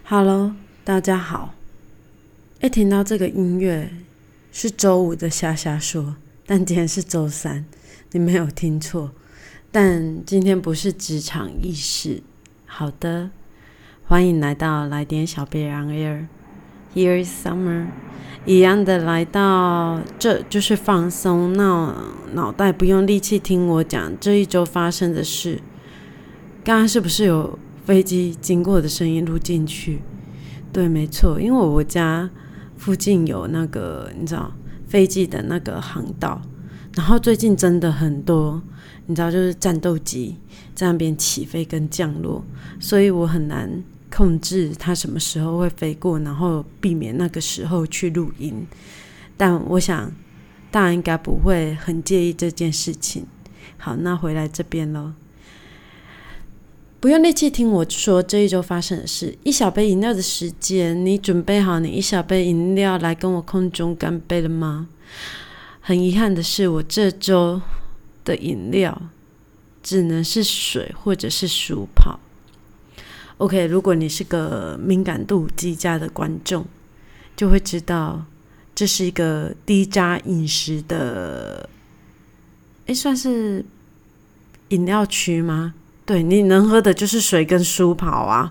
Hello，大家好。听到这个音乐是周五的瞎瞎说，但今天是周三，你没有听错。但今天不是职场意识。好的，欢迎来到来点小别让 Air。Here is summer， 一样的来到，这就是放松，脑袋不用力气听我讲这一周发生的事。刚刚是不是有飞机经过的声音录进去？对，没错，因为我家附近有那个你知道飞机的那个航道，然后最近真的很多你知道就是战斗机在那边起飞跟降落，所以我很难控制它什么时候会飞过，然后避免那个时候去录音。但我想大家应该不会很介意这件事情。好，那回来这边咯，不用力气听我说这一周发生的事。一小杯饮料的时间，你准备好你一小杯饮料来跟我空中干杯了吗？很遗憾的是，我这周的饮料只能是水或者是舒泡。OK， 如果你是个敏感度极佳的观众，就会知道这是一个低渣饮食的，算是饮料区吗？对，你能喝的就是水跟舒跑啊。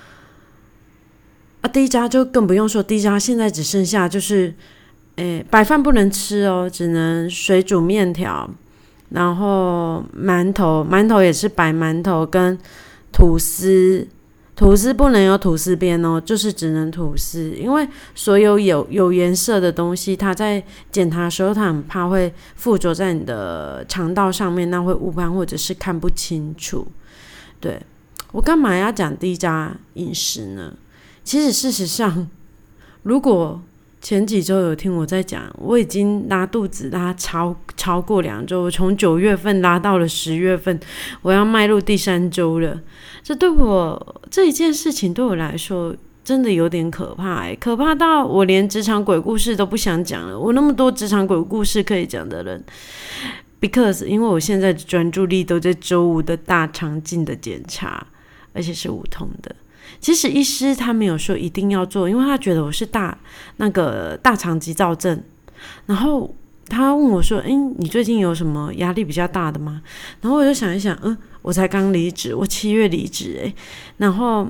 低渣就更不用说，低渣现在只剩下就是白饭不能吃哦，只能水煮面条，然后馒头也是白馒头跟吐司不能有吐司边哦，就是只能吐司，因为所有有颜色的东西，它在检查的时候，它很怕会附着在你的肠道上面，那会误判或者是看不清楚。对，我干嘛要讲低渣饮食呢？其实事实上，如果前几周有听我在讲，我已经拉肚子拉超过2周，我从9月份拉到了10月份，我要迈入第3周了。这一件事情对我来说真的有点可怕可怕到我连职场鬼故事都不想讲了。我那么多职场鬼故事可以讲的人，because 因为我现在的专注力都在周五的大肠镜的检查，而且是无痛的。其实医师他没有说一定要做，因为他觉得我是大肠急躁症。然后他问我说：“你最近有什么压力比较大的吗？”然后我就想一想，我才刚离职，我7月离职然后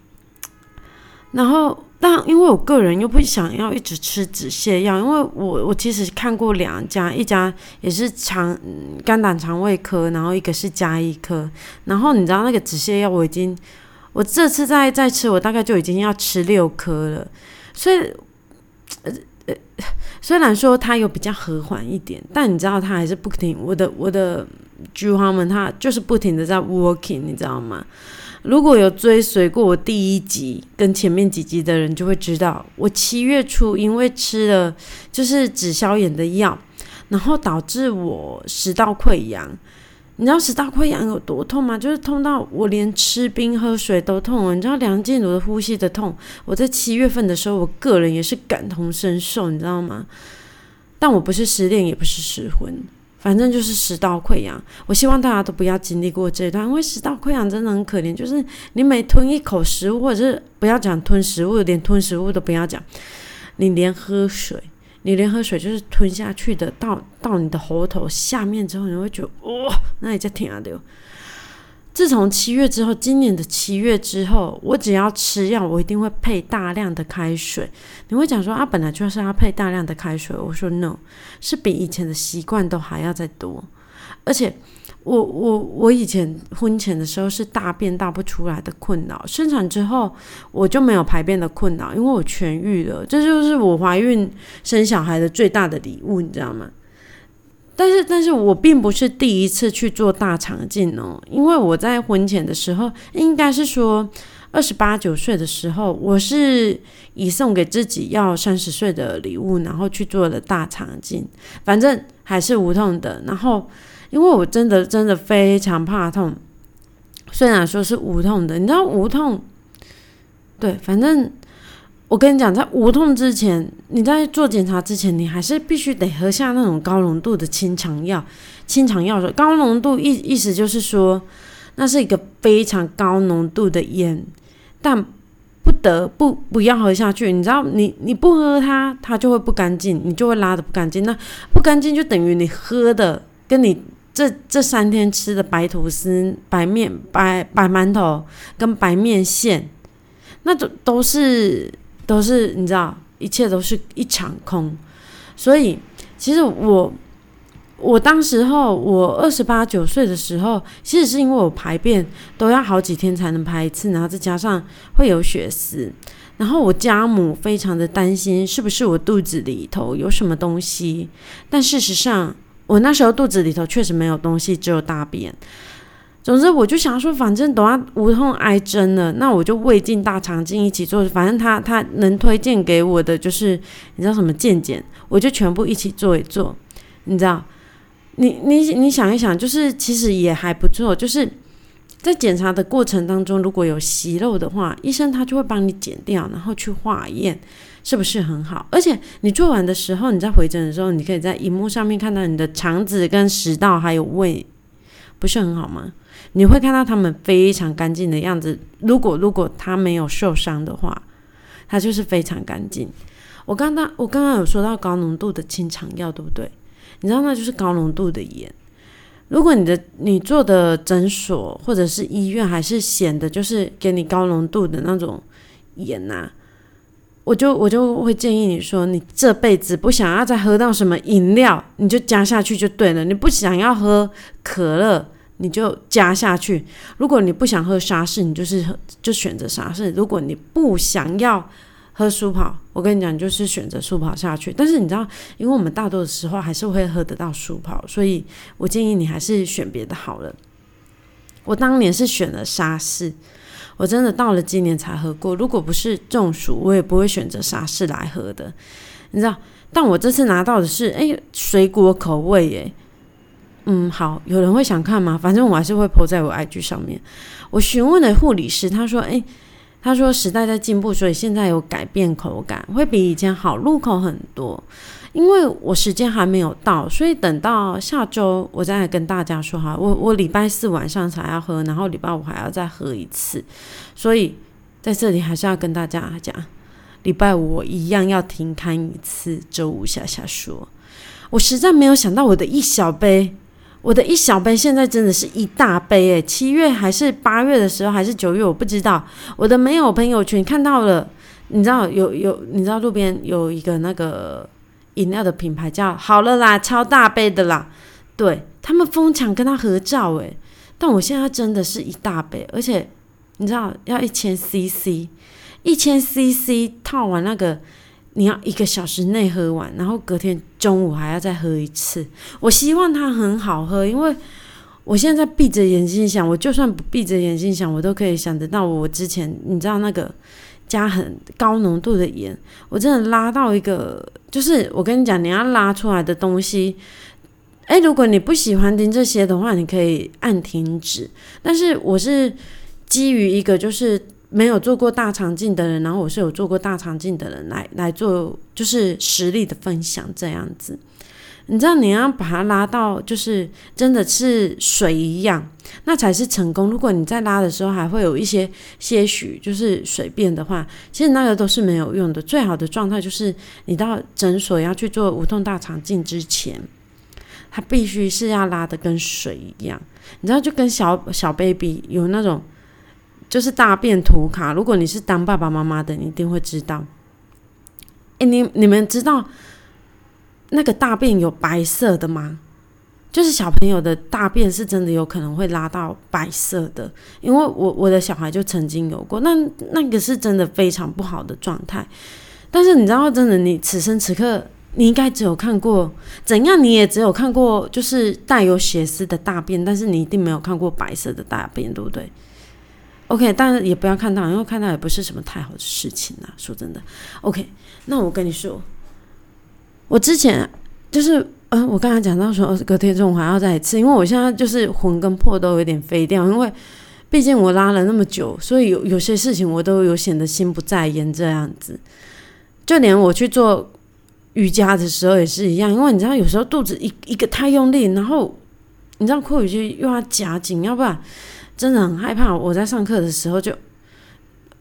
但因为我个人又不想要一直吃止泻药，因为我其实看过2家，一家也是肝胆肠胃科，然后一个是家医科。然后你知道那个止泻药我这次再吃，我大概就已经要吃6颗了。所以虽然说它有比较和缓一点，但你知道它还是不停，我的菊花们它就是不停的在 working， 你知道吗？如果有追随过我第1集跟前面几集的人就会知道，我7月初因为吃了就是止消炎的药，然后导致我食道溃疡。你知道食道溃疡有多痛吗？就是痛到我连吃冰喝水都痛你知道梁静茹的呼吸的痛，我在7月份的时候，我个人也是感同身受，你知道吗？但我不是失恋，也不是失婚，反正就是食道溃疡。我希望大家都不要经历过这一段，因为食道溃疡真的很可怜，就是你每吞一口食物，或者是不要讲吞食物，连吞食物都不要讲，你连喝水就是吞下去的，到你的喉头下面之后，你会觉得那里在疼的。自从7月之后，今年的7月之后，我只要吃药，我一定会配大量的开水。你会讲说本来就是要配大量的开水，我说 no， 是比以前的习惯都还要再多。而且我以前婚前的时候是大便大不出来的困扰，生产之后我就没有排便的困扰，因为我痊愈了。这就是我怀孕生小孩的最大的礼物，你知道吗？但是我并不是第一次去做大肠镜因为我在婚前的时候，应该是说28、9岁的时候，我是以送给自己要30岁的礼物，然后去做了大肠镜，反正还是无痛的。然后因为我真的非常怕痛，虽然说是无痛的，你知道无痛，对，反正我跟你讲，在无痛之前，你在做检查之前，你还是必须得喝下那种高浓度的清肠药水。高浓度意思就是说，那是一个非常高浓度的烟，但不要喝下去。你知道你不喝它就会不干净，你就会拉的不干净。那不干净就等于你喝的跟你这3天吃的白吐司、白馒头跟白面线，那都是你知道，一切都是一场空。所以其实我当时候我28、9岁的时候，其实是因为我排便都要好几天才能排一次，然后再加上会有血丝，然后我家母非常的担心是不是我肚子里头有什么东西，但事实上我那时候肚子里头确实没有东西，只有大便。总之我就想说反正都要无痛挨针了，那我就胃镜大肠镜一起做，反正他能推荐给我的就是你知道什么健检，我就全部一起做一做。你知道你想一想，就是其实也还不错，就是在检查的过程当中，如果有息肉的话，医生他就会帮你剪掉，然后去化验是不是很好。而且你做完的时候，你在回诊的时候，你可以在荧幕上面看到你的肠子跟食道还有胃，不是很好吗？你会看到他们非常干净的样子。如果他没有受伤的话，他就是非常干净。我刚刚有说到高浓度的清肠药，对不对？你知道那就是高浓度的盐。如果你做的诊所或者是医院还是显的就是给你高浓度的那种盐啊，我就会建议你说，你这辈子不想要再喝到什么饮料，你就加下去就对了。你不想要喝可乐，你就加下去。如果你不想喝沙士，你就选择沙士。如果你不想要喝舒跑，我跟你讲，就是选择舒跑下去。但是你知道，因为我们大多的时候还是会喝得到舒跑，所以我建议你还是选别的好了。我当年是选了沙士，我真的到了今年才喝过。如果不是中暑，我也不会选择沙士来喝的。你知道，但我这次拿到的是水果口味耶。好，有人会想看吗？反正我还是会 po 在我 IG 上面。我询问了护理师，他说时代在进步，所以现在有改变口感，会比以前好入口很多。因为我时间还没有到，所以等到下周我再来跟大家说哈。我礼拜4晚上才要喝，然后礼拜5还要再喝一次，所以在这里还是要跟大家讲，礼拜5我一样要停刊一次，周5下说。我实在没有想到我的一小杯现在真的是一大杯7月还是8月的时候还是9月我不知道，我的没有朋友圈看到了。你知道你知道路边有一个那个饮料的品牌叫好了啦，超大杯的啦，对，他们疯抢跟他合照但我现在真的是一大杯，而且你知道要1000cc 套完那个你要1个小时内喝完，然后隔天中午还要再喝一次。我希望它很好喝，因为我现在闭着眼睛想，我就算不闭着眼睛想，我都可以想得到我之前你知道那个加很高浓度的盐，我真的拉到一个，就是我跟你讲，你要拉出来的东西，如果你不喜欢听这些的话，你可以按停止。但是我是基于一个就是没有做过大肠镜的人，然后我是有做过大肠镜的人来做就是实力的分享这样子。你知道你要把它拉到就是真的是水一样，那才是成功。如果你在拉的时候还会有些许就是水便的话，其实那个都是没有用的。最好的状态就是你到诊所要去做无痛大肠镜之前，它必须是要拉的跟水一样。你知道就跟小 baby 有那种就是大便图卡，如果你是当爸爸妈妈的，你一定会知道。你们知道那个大便有白色的吗？就是小朋友的大便是真的有可能会拉到白色的，因为我的小孩就曾经有过，那个是真的非常不好的状态。但是你知道，真的你此生此刻你应该只有看过怎样，你也只有看过就是带有血丝的大便，但是你一定没有看过白色的大便，对不对？OK， 但是也不要看到，因为看到也不是什么太好的事情啊。说真的 ，OK， 那我跟你说，我之前就是我刚才讲到说隔天中午还要再一次，因为我现在就是魂跟魄都有点飞掉，因为毕竟我拉了那么久，所以有些事情我都有显得心不在焉这样子。就连我去做瑜伽的时候也是一样，因为你知道有时候肚子一个太用力，然后你知道括约肌又要夹紧，要不然真的很害怕。我在上课的时候就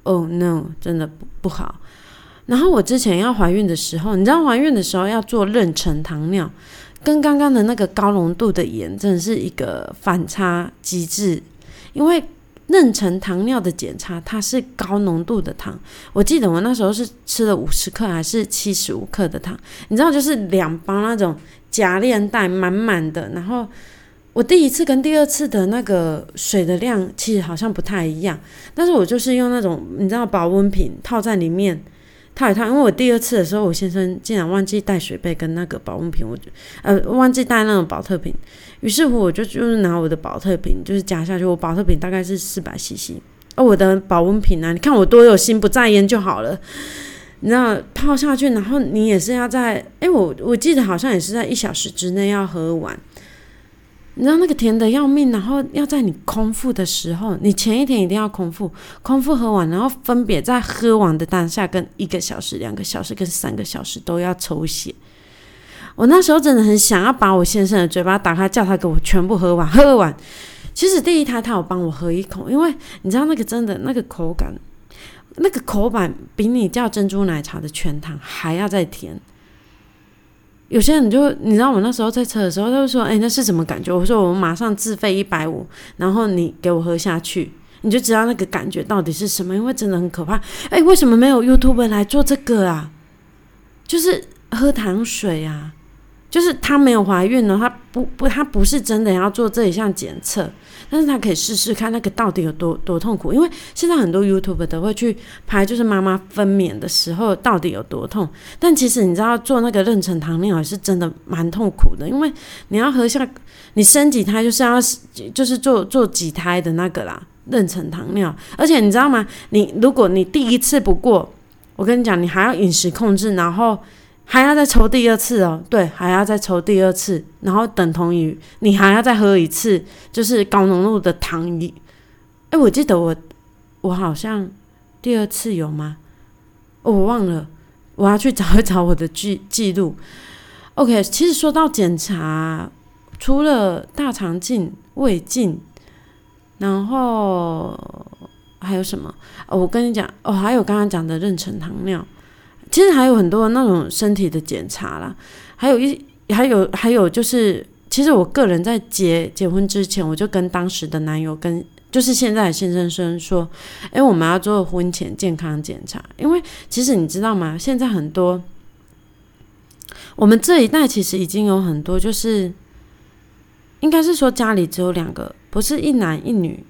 oh no， 真的不好。然后我之前要怀孕的时候，你知道怀孕的时候要做妊娠糖尿，跟刚刚的那个高浓度的盐真的是一个反差极致。因为妊娠糖尿的检查它是高浓度的糖，我记得我那时候是吃了50克还是75克的糖，你知道就是2包那种夹链袋满满的。然后我第一次跟第二次的那个水的量其实好像不太一样，但是我就是用那种你知道保温瓶套在里面套一套。因为我第二次的时候，我先生竟然忘记带水杯跟那个保温瓶，忘记带那种保特瓶，于是乎我就是拿我的保特瓶就是加下去，我保特瓶大概是400cc，我的保温瓶啊，你看我多有心不在焉就好了。你知道泡下去，然后你也是要在我记得好像也是在1小时之内要喝完。你知道那个甜的要命，然后要在你空腹的时候，你前一天一定要空腹喝完，然后分别在喝完的当下跟1个小时、2个小时跟3个小时都要抽血。我那时候真的很想要把我先生的嘴巴打开，叫他给我全部喝完。其实第一胎他有帮我喝一口，因为你知道那个真的那个口感，那个口感比你叫珍珠奶茶的全糖还要再甜。有些人就你知道我那时候在测的时候，他就说那是什么感觉？我说我马上自费150，然后你给我喝下去，你就知道那个感觉到底是什么。因为真的很可怕。为什么没有 YouTuber 来做这个啊？就是喝糖水啊，就是她没有怀孕呢，她不是真的要做这一项检测，但是她可以试试看那个到底有多痛苦。因为现在很多 YouTuber 都会去拍，就是妈妈分娩的时候到底有多痛。但其实你知道做那个妊娠糖尿也是真的蛮痛苦的，因为你要喝下，你生几胎就是做几胎的那个啦，妊娠糖尿。而且你知道吗？如果你第一次不过，我跟你讲，你还要饮食控制，然后还要再抽第二次哦，对，还要再抽第二次，然后等同于你还要再喝一次，就是高浓度的糖。我记得我好像第二次有吗？我忘了，我要去找一找我的记录。OK， 其实说到检查，除了大肠镜、胃镜，然后还有什么？我跟你讲，还有刚刚讲的妊娠糖尿。其实还有很多那种身体的检查啦，还有就是，其实我个人在结婚之前，我就跟当时的男友跟就是现在的先生说，我们要做婚前健康检查。因为其实你知道吗？现在很多我们这一代其实已经有很多，就是应该是说家里只有2个，不是1男1女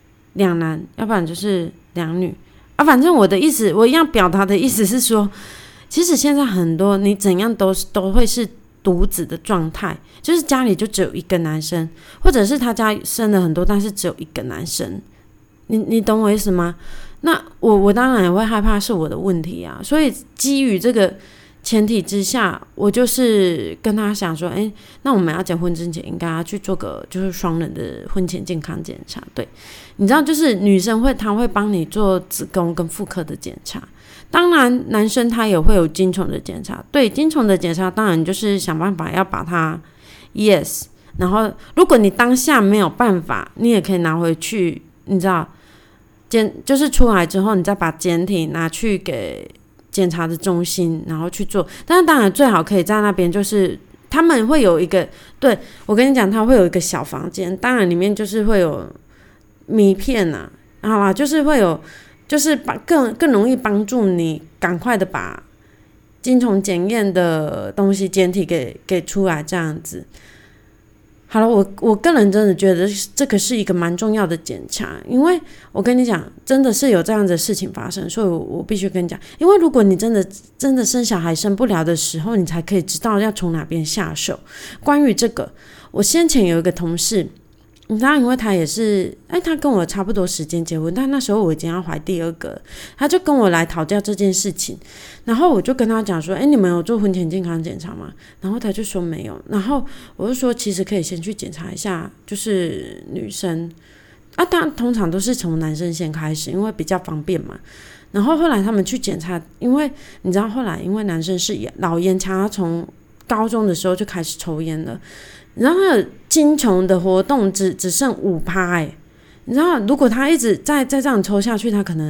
，2男，要不然就是2女。反正我的意思，我一样表达的意思是说，其实现在很多你怎样都会是独子的状态，就是家里就只有1个男生，或者是他家生了很多，但是只有1个男生。你懂我意思吗？那我当然也会害怕是我的问题啊。所以基于这个前提之下，我就是跟他想说，那我们要结婚之前应该要去做个就是双人的婚前健康检查。对，你知道就是女生她会帮你做子宫跟妇科的检查，当然男生他也会有精虫的检查。对，精虫的检查当然就是想办法要把它 yes， 然后如果你当下没有办法，你也可以拿回去，你知道就是出来之后你再把检体拿去给检查的中心，然后去做。但是当然最好可以在那边，就是他们会有一个，对，我跟你讲，他会有一个小房间，当然里面就是会有米片啊，好啦，就是会有，就是更容易帮助你赶快的把精虫检验的东西检体给出来，这样子。好了，我个人真的觉得这个是一个蛮重要的检查，因为我跟你讲，真的是有这样的事情发生，所以我必须跟你讲，因为如果你真的生小孩生不了的时候，你才可以知道要从哪边下手。关于这个，我先前有一个同事，你知道，因为他也是，他跟我差不多时间结婚，但那时候我已经要怀第2个了，他就跟我来讨教这件事情，然后我就跟他讲说，你们有做婚前健康检查吗？然后他就说没有，然后我就说其实可以先去检查一下，就是女生当然通常都是从男生先开始，因为比较方便嘛。然后后来他们去检查，因为你知道后来因为男生是老烟枪，他从高中的时候就开始抽烟了。然后他的精虫的活动只剩5%，你知道，如果他一直再这样抽下去，他可能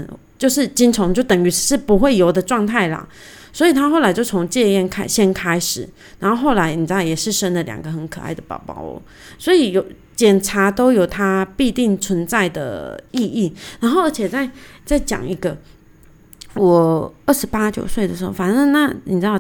就是精虫就等于是不会游的状态啦。所以他后来就从戒烟先开始，然后后来你知道也是生了2个很可爱的宝宝哦。所以有检查都有它必定存在的意义。然后而且再讲一个，我28、29岁的时候，反正那你知道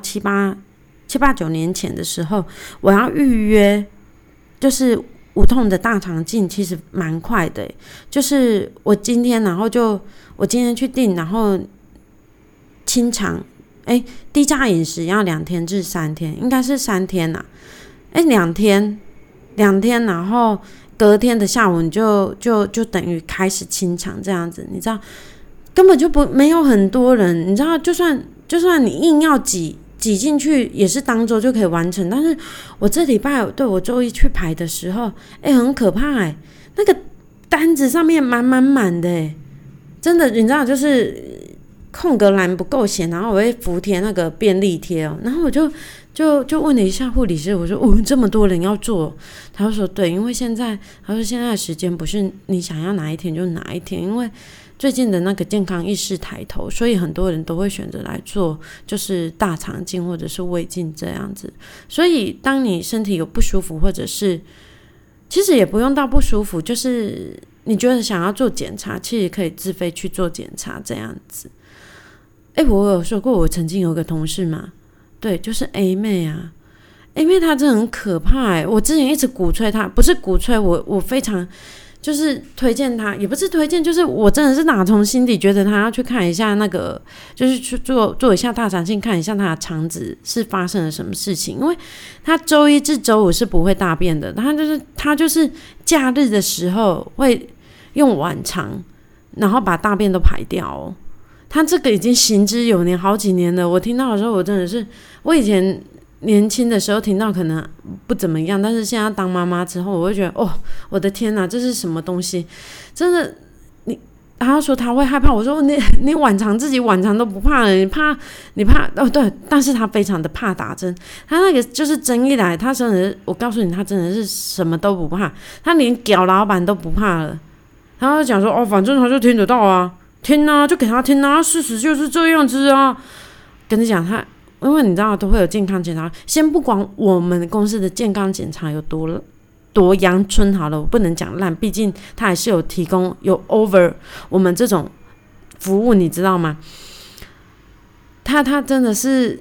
7、8、9年前的时候，我要预约就是无痛的大肠镜，其实蛮快的。就是我今天去订，然后清肠。低价饮食要2天至3天，应该是3天啦。2天，然后隔天的下午你就等于开始清肠这样子，你知道根本就没有很多人，你知道就算你硬要挤进去，也是当周就可以完成。但是我这礼拜对我周一去排的时候，很可怕那个单子上面满的真的，你知道就是空格栏不够写，然后我会服贴那个便利贴然后我就问了一下护理师，我说这么多人要做，他就说对，因为现在的时间不是你想要哪一天就哪一天，因为最近的那个健康意识抬头，所以很多人都会选择来做就是大肠镜或者是胃镜这样子。所以当你身体有不舒服，或者是其实也不用到不舒服，就是你觉得想要做检查，其实可以自费去做检查这样子。我有说过我曾经有个同事嘛，对，就是 A 妹啊。A 妹她真的很可怕我之前一直鼓吹她，不是鼓吹我非常就是推荐她，也不是推荐，就是我真的是打从心底觉得她要去看一下那个，就是去做一下大肠镜，看一下她的肠子是发生了什么事情。因为她周一至周五是不会大便的，她就是假日的时候会用晚肠，然后把大便都排掉他这个已经行之有年，好几年了。我听到的时候，我真的是，我以前年轻的时候听到可能不怎么样，但是现在当妈妈之后，我会觉得我的天哪，这是什么东西？真的，他说他会害怕，我说你晚肠自己晚肠都不怕了，你怕对，但是他非常的怕打针，他那个就是针一来，他真的是，我告诉你，他真的是什么都不怕，他连屌老板都不怕了。他就讲说反正他就听得到啊。听啊，就给他听啊，事实就是这样子啊。跟你讲，因为你知道都会有健康检查，先不管我们公司的健康检查有多阳春好了，我不能讲烂，毕竟他还是有提供有 over 我们这种服务，你知道吗？他真的是，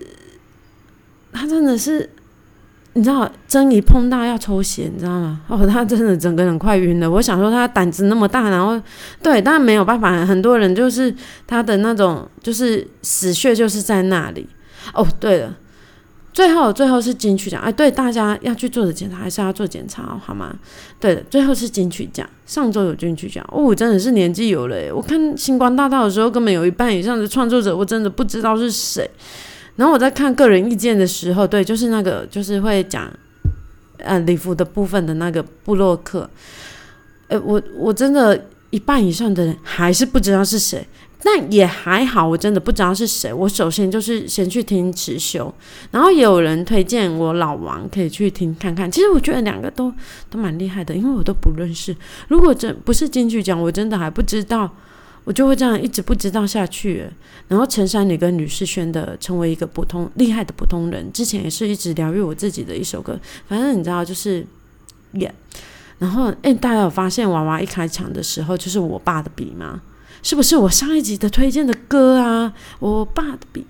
你知道针一碰到要抽血，你知道吗？他真的整个人快晕了。我想说他胆子那么大，然后对，但没有办法，很多人就是他的那种就是死穴就是在那里。对了，最后是金曲奖，对，大家要去做的检查还是要做检查好吗？对的，最后是金曲奖，上周有金曲奖真的是年纪有了我看星光大道的时候，根本有一半以上的创作者我真的不知道是谁。然后我在看个人意见的时候，对，就是那个就是会讲礼服的部分的那个部落客，我真的一半以上的人还是不知道是谁，但也还好，我真的不知道是谁。我首先就是先去听持修，然后也有人推荐我老王可以去听看看。其实我觉得2个都蛮厉害的，因为我都不认识。如果真不是金曲奖，我真的还不知道。我就会这样一直不知道下去。然后陈珊妮跟吕士轩的成为一个厉害的普通人，之前也是一直疗愈我自己的一首歌。反正你知道就是然后大家有发现娃娃一开场的时候就是我爸的笔吗？是不是我上一集的推荐的歌啊？我爸的笔。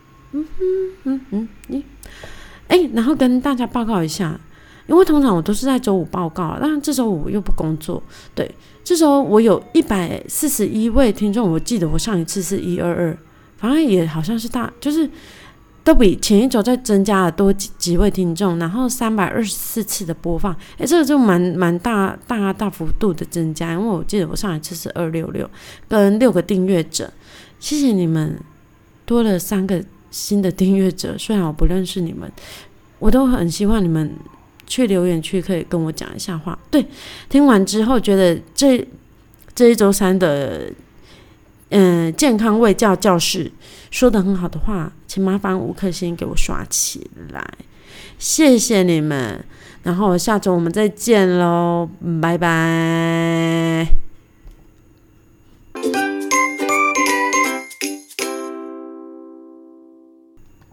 然后跟大家报告一下，因为通常我都是在周五报告，但这周五又不工作。对，这周我有141位听众，我记得我上一次是122，反正也好像是就是都比前一周再增加了多几位听众，然后324次的播放，这个就蛮大幅度的增加，因为我记得我上一次是266，跟6个订阅者，谢谢你们，多了3个新的订阅者，虽然我不认识你们，我都很希望你们去留言区可以跟我讲一下话。对，听完之后觉得这一周3的健康卫教教室说得很好的话，请麻烦5颗星给我刷起来，谢谢你们。然后下周我们再见咯，拜拜。